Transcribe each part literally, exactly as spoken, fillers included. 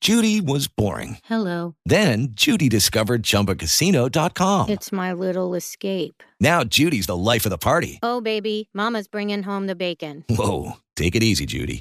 Judy was boring. Hello. Then Judy discovered Chumba Casino dot com. It's my little escape. Now Judy's the life of the party. Oh, baby, mama's bringing home the bacon. Whoa, take it easy, Judy.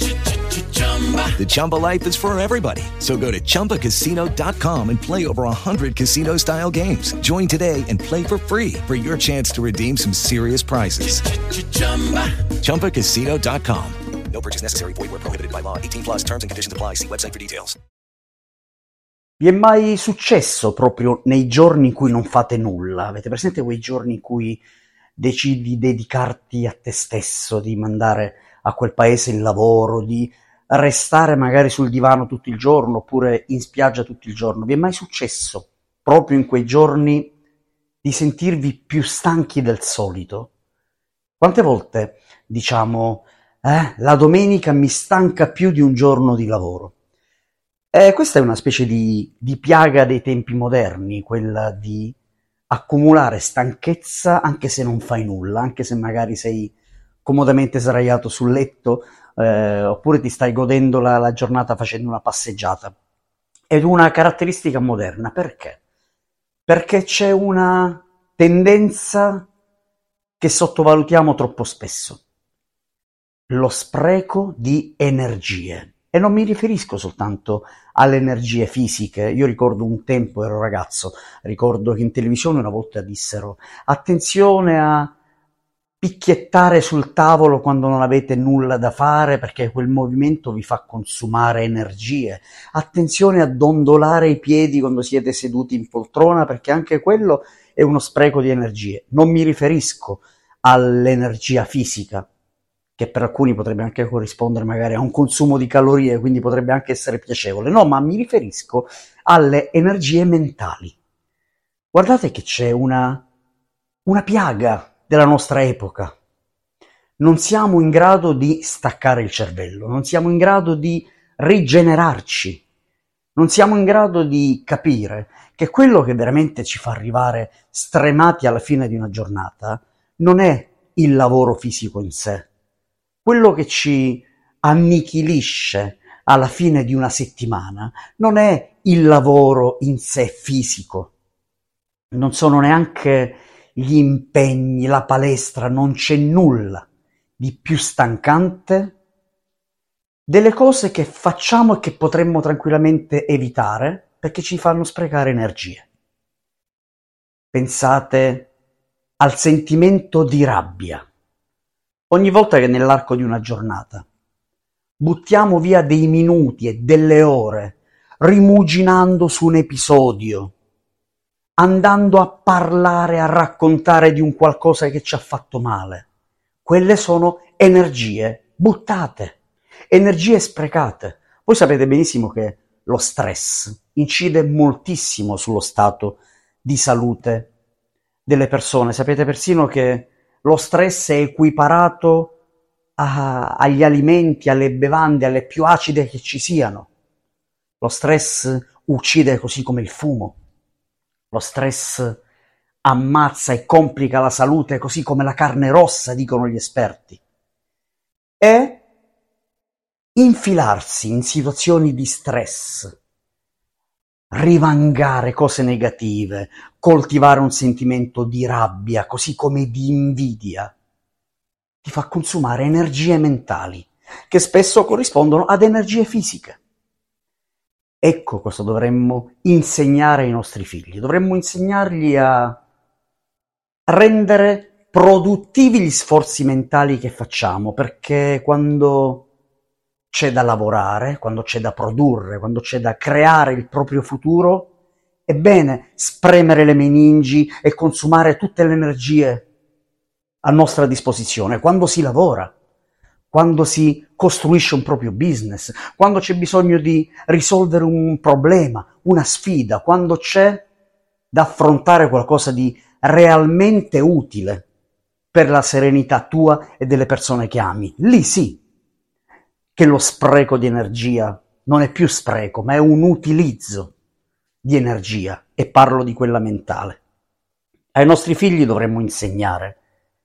The Chumba life is for everybody. So go to Chumba Casino dot com and play over one hundred casino-style games. Join today and play for free for your chance to redeem some serious prizes. Chumba Casino dot com. No purchase necessary. Void where prohibited by law. eighteen plus terms and conditions apply. See website for details. Vi è mai successo proprio nei giorni in cui non fate nulla? Avete presente quei giorni in cui decidi di dedicarti a te stesso, di mandare a quel paese il lavoro, di restare magari sul divano tutto il giorno oppure in spiaggia tutto il giorno? Vi è mai successo proprio in quei giorni di sentirvi più stanchi del solito? Quante volte diciamo eh, la domenica mi stanca più di un giorno di lavoro? Eh, questa è una specie di, di piaga dei tempi moderni, quella di accumulare stanchezza anche se non fai nulla, anche se magari sei comodamente sdraiato sul letto eh, oppure ti stai godendo la, la giornata facendo una passeggiata. Ed una caratteristica moderna, perché? Perché c'è una tendenza che sottovalutiamo troppo spesso: lo spreco di energie. E non mi riferisco soltanto alle energie fisiche. Io ricordo un tempo, ero ragazzo, ricordo che in televisione una volta dissero: attenzione a picchiettare sul tavolo quando non avete nulla da fare perché quel movimento vi fa consumare energie. Attenzione a dondolare i piedi quando siete seduti in poltrona perché anche quello è uno spreco di energie. Non mi riferisco all'energia fisica, che per alcuni potrebbe anche corrispondere magari a un consumo di calorie, quindi potrebbe anche essere piacevole. No, ma mi riferisco alle energie mentali. Guardate che c'è una, una piaga della nostra epoca. Non siamo in grado di staccare il cervello, non siamo in grado di rigenerarci, non siamo in grado di capire che quello che veramente ci fa arrivare stremati alla fine di una giornata non è il lavoro fisico in sé. Quello che ci annichilisce alla fine di una settimana non è il lavoro in sé fisico, non sono neanche gli impegni, la palestra, non c'è nulla di più stancante delle cose che facciamo e che potremmo tranquillamente evitare perché ci fanno sprecare energie. Pensate al sentimento di rabbia. Ogni volta che nell'arco di una giornata buttiamo via dei minuti e delle ore rimuginando su un episodio, andando a parlare, a raccontare di un qualcosa che ci ha fatto male, quelle sono energie buttate, energie sprecate. Voi sapete benissimo che lo stress incide moltissimo sullo stato di salute delle persone. Sapete persino che lo stress è equiparato a, agli alimenti, alle bevande, alle più acide che ci siano. Lo stress uccide così come il fumo. Lo stress ammazza e complica la salute così come la carne rossa, dicono gli esperti. E infilarsi in situazioni di stress, rivangare cose negative, coltivare un sentimento di rabbia, così come di invidia, ti fa consumare energie mentali, che spesso corrispondono ad energie fisiche. Ecco cosa dovremmo insegnare ai nostri figli. Dovremmo insegnargli a rendere produttivi gli sforzi mentali che facciamo, perché quando c'è da lavorare, quando c'è da produrre, quando c'è da creare il proprio futuro, è bene spremere le meningi e consumare tutte le energie a nostra disposizione. Quando si lavora, quando si costruisce un proprio business, quando c'è bisogno di risolvere un problema, una sfida, quando c'è da affrontare qualcosa di realmente utile per la serenità tua e delle persone che ami. Lì sì che lo spreco di energia non è più spreco, ma è un utilizzo di energia, e parlo di quella mentale. Ai nostri figli dovremmo insegnare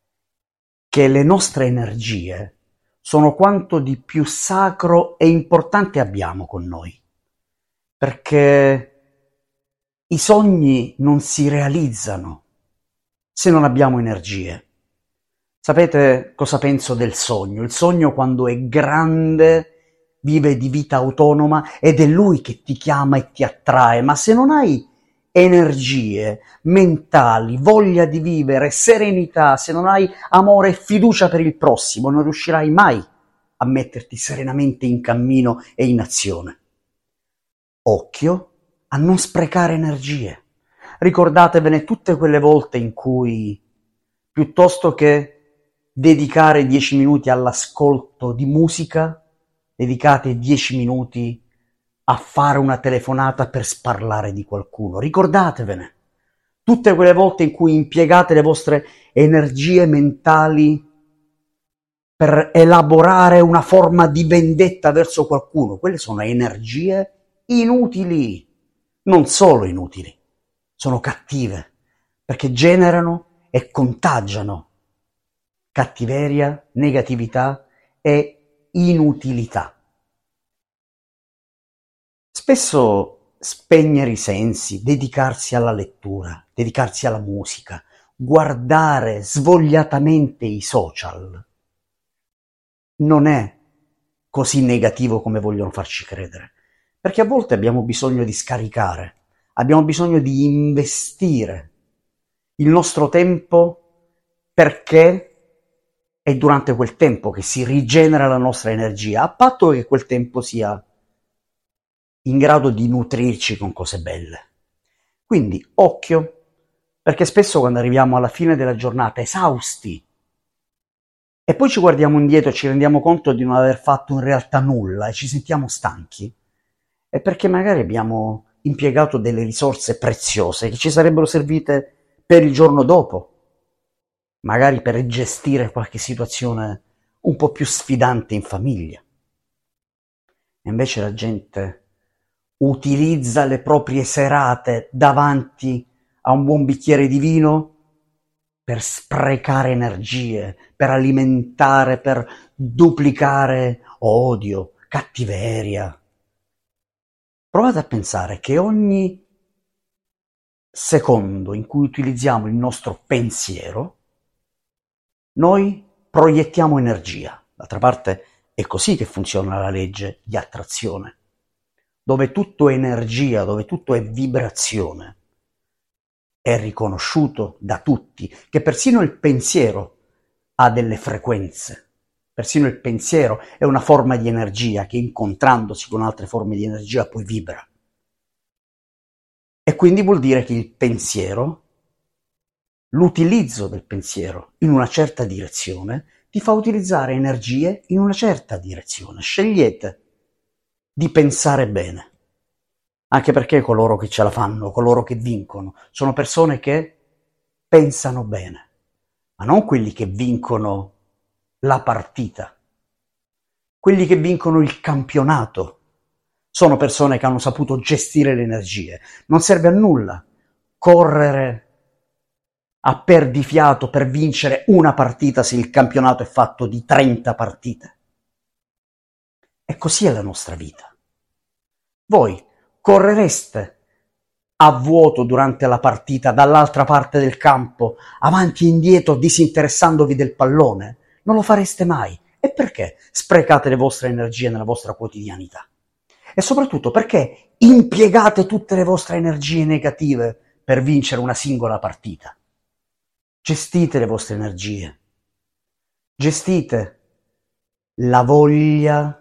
che le nostre energie sono quanto di più sacro e importante abbiamo con noi. perché i sogni non si realizzano se non abbiamo energie. Sapete cosa penso del sogno? Il sogno, quando è grande, vive di vita autonoma ed è lui che ti chiama e ti attrae, ma se non hai energie mentali, voglia di vivere, serenità, se non hai amore e fiducia per il prossimo, non riuscirai mai a metterti serenamente in cammino e in azione. Occhio a non sprecare energie. Ricordatevene tutte quelle volte in cui, piuttosto che dedicare dieci minuti all'ascolto di musica, dedicate dieci minuti a fare una telefonata per sparlare di qualcuno. Ricordatevene. Tutte quelle volte in cui impiegate le vostre energie mentali per elaborare una forma di vendetta verso qualcuno, quelle sono energie inutili. Non solo inutili, sono cattive, perché generano e contagiano cattiveria, negatività e inutilità. Spesso spegnere i sensi, dedicarsi alla lettura, dedicarsi alla musica, guardare svogliatamente i social non è così negativo come vogliono farci credere, perché a volte abbiamo bisogno di scaricare, abbiamo bisogno di investire il nostro tempo, perché è durante quel tempo che si rigenera la nostra energia, a patto che quel tempo sia in grado di nutrirci con cose belle. Quindi occhio, perché spesso quando arriviamo alla fine della giornata esausti e poi ci guardiamo indietro e ci rendiamo conto di non aver fatto in realtà nulla e ci sentiamo stanchi, è perché magari abbiamo impiegato delle risorse preziose che ci sarebbero servite per il giorno dopo, magari per gestire qualche situazione un po' più sfidante in famiglia. E invece la gente utilizza le proprie serate davanti a un buon bicchiere di vino per sprecare energie, per alimentare, per duplicare odio, cattiveria. Provate a pensare che ogni secondo in cui utilizziamo il nostro pensiero, noi proiettiamo energia. D'altra parte è così che funziona la legge di attrazione. Dove tutto è energia, dove tutto è vibrazione, è riconosciuto da tutti che persino il pensiero ha delle frequenze. Persino il pensiero è una forma di energia che, incontrandosi con altre forme di energia, poi vibra. E quindi vuol dire che il pensiero, l'utilizzo del pensiero in una certa direzione, ti fa utilizzare energie in una certa direzione. Scegliete di pensare bene, anche perché coloro che ce la fanno, coloro che vincono, sono persone che pensano bene, ma non quelli che vincono la partita. Quelli che vincono il campionato sono persone che hanno saputo gestire le energie. Non serve a nulla correre a perdifiato per vincere una partita se il campionato è fatto di trenta partite. E così è la nostra vita. Voi correreste a vuoto durante la partita dall'altra parte del campo, avanti e indietro, disinteressandovi del pallone? Non lo fareste mai. E perché sprecate le vostre energie nella vostra quotidianità? E soprattutto perché impiegate tutte le vostre energie negative per vincere una singola partita? Gestite le vostre energie. Gestite la voglia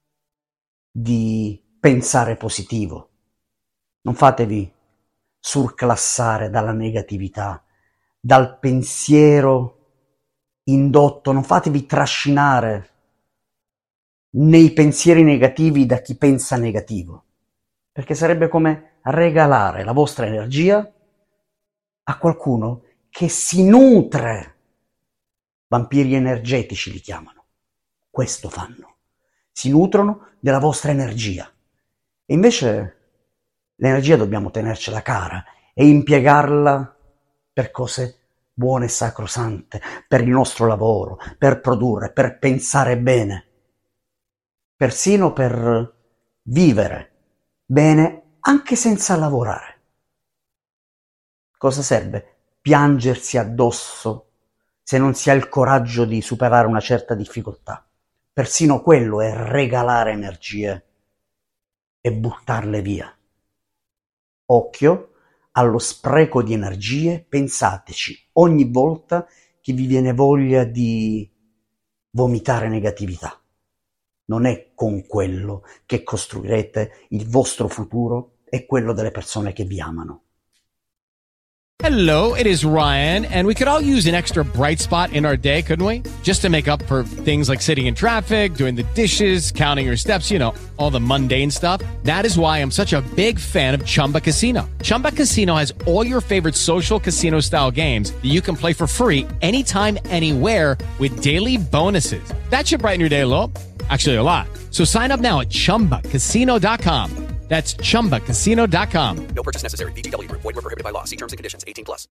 di pensare positivo. Non fatevi surclassare dalla negatività, dal pensiero indotto, non fatevi trascinare nei pensieri negativi da chi pensa negativo, perché sarebbe come regalare la vostra energia a qualcuno che si nutre. Vampiri energetici li chiamano. Questo fanno. Si nutrono della vostra energia. E invece l'energia dobbiamo tenercela cara e impiegarla per cose buone e sacrosante, per il nostro lavoro, per produrre, per pensare bene, persino per vivere bene anche senza lavorare. Cosa serve piangersi addosso se non si ha il coraggio di superare una certa difficoltà? Persino quello è regalare energie e buttarle via. Occhio allo spreco di energie, pensateci ogni volta che vi viene voglia di vomitare negatività. Non è con quello che costruirete il vostro futuro e quello delle persone che vi amano. Hello, it is Ryan, and we could all use an extra bright spot in our day, couldn't we? Just to make up for things like sitting in traffic, doing the dishes, counting your steps, you know, all the mundane stuff. That is why I'm such a big fan of Chumba Casino. Chumba Casino has all your favorite social casino-style games that you can play for free anytime, anywhere with daily bonuses. That should brighten your day a little. Actually, a lot. So sign up now at chumba casino dot com. That's chumba casino dot com. No purchase necessary. V G W Group. Void where prohibited by law. See terms and conditions. eighteen plus.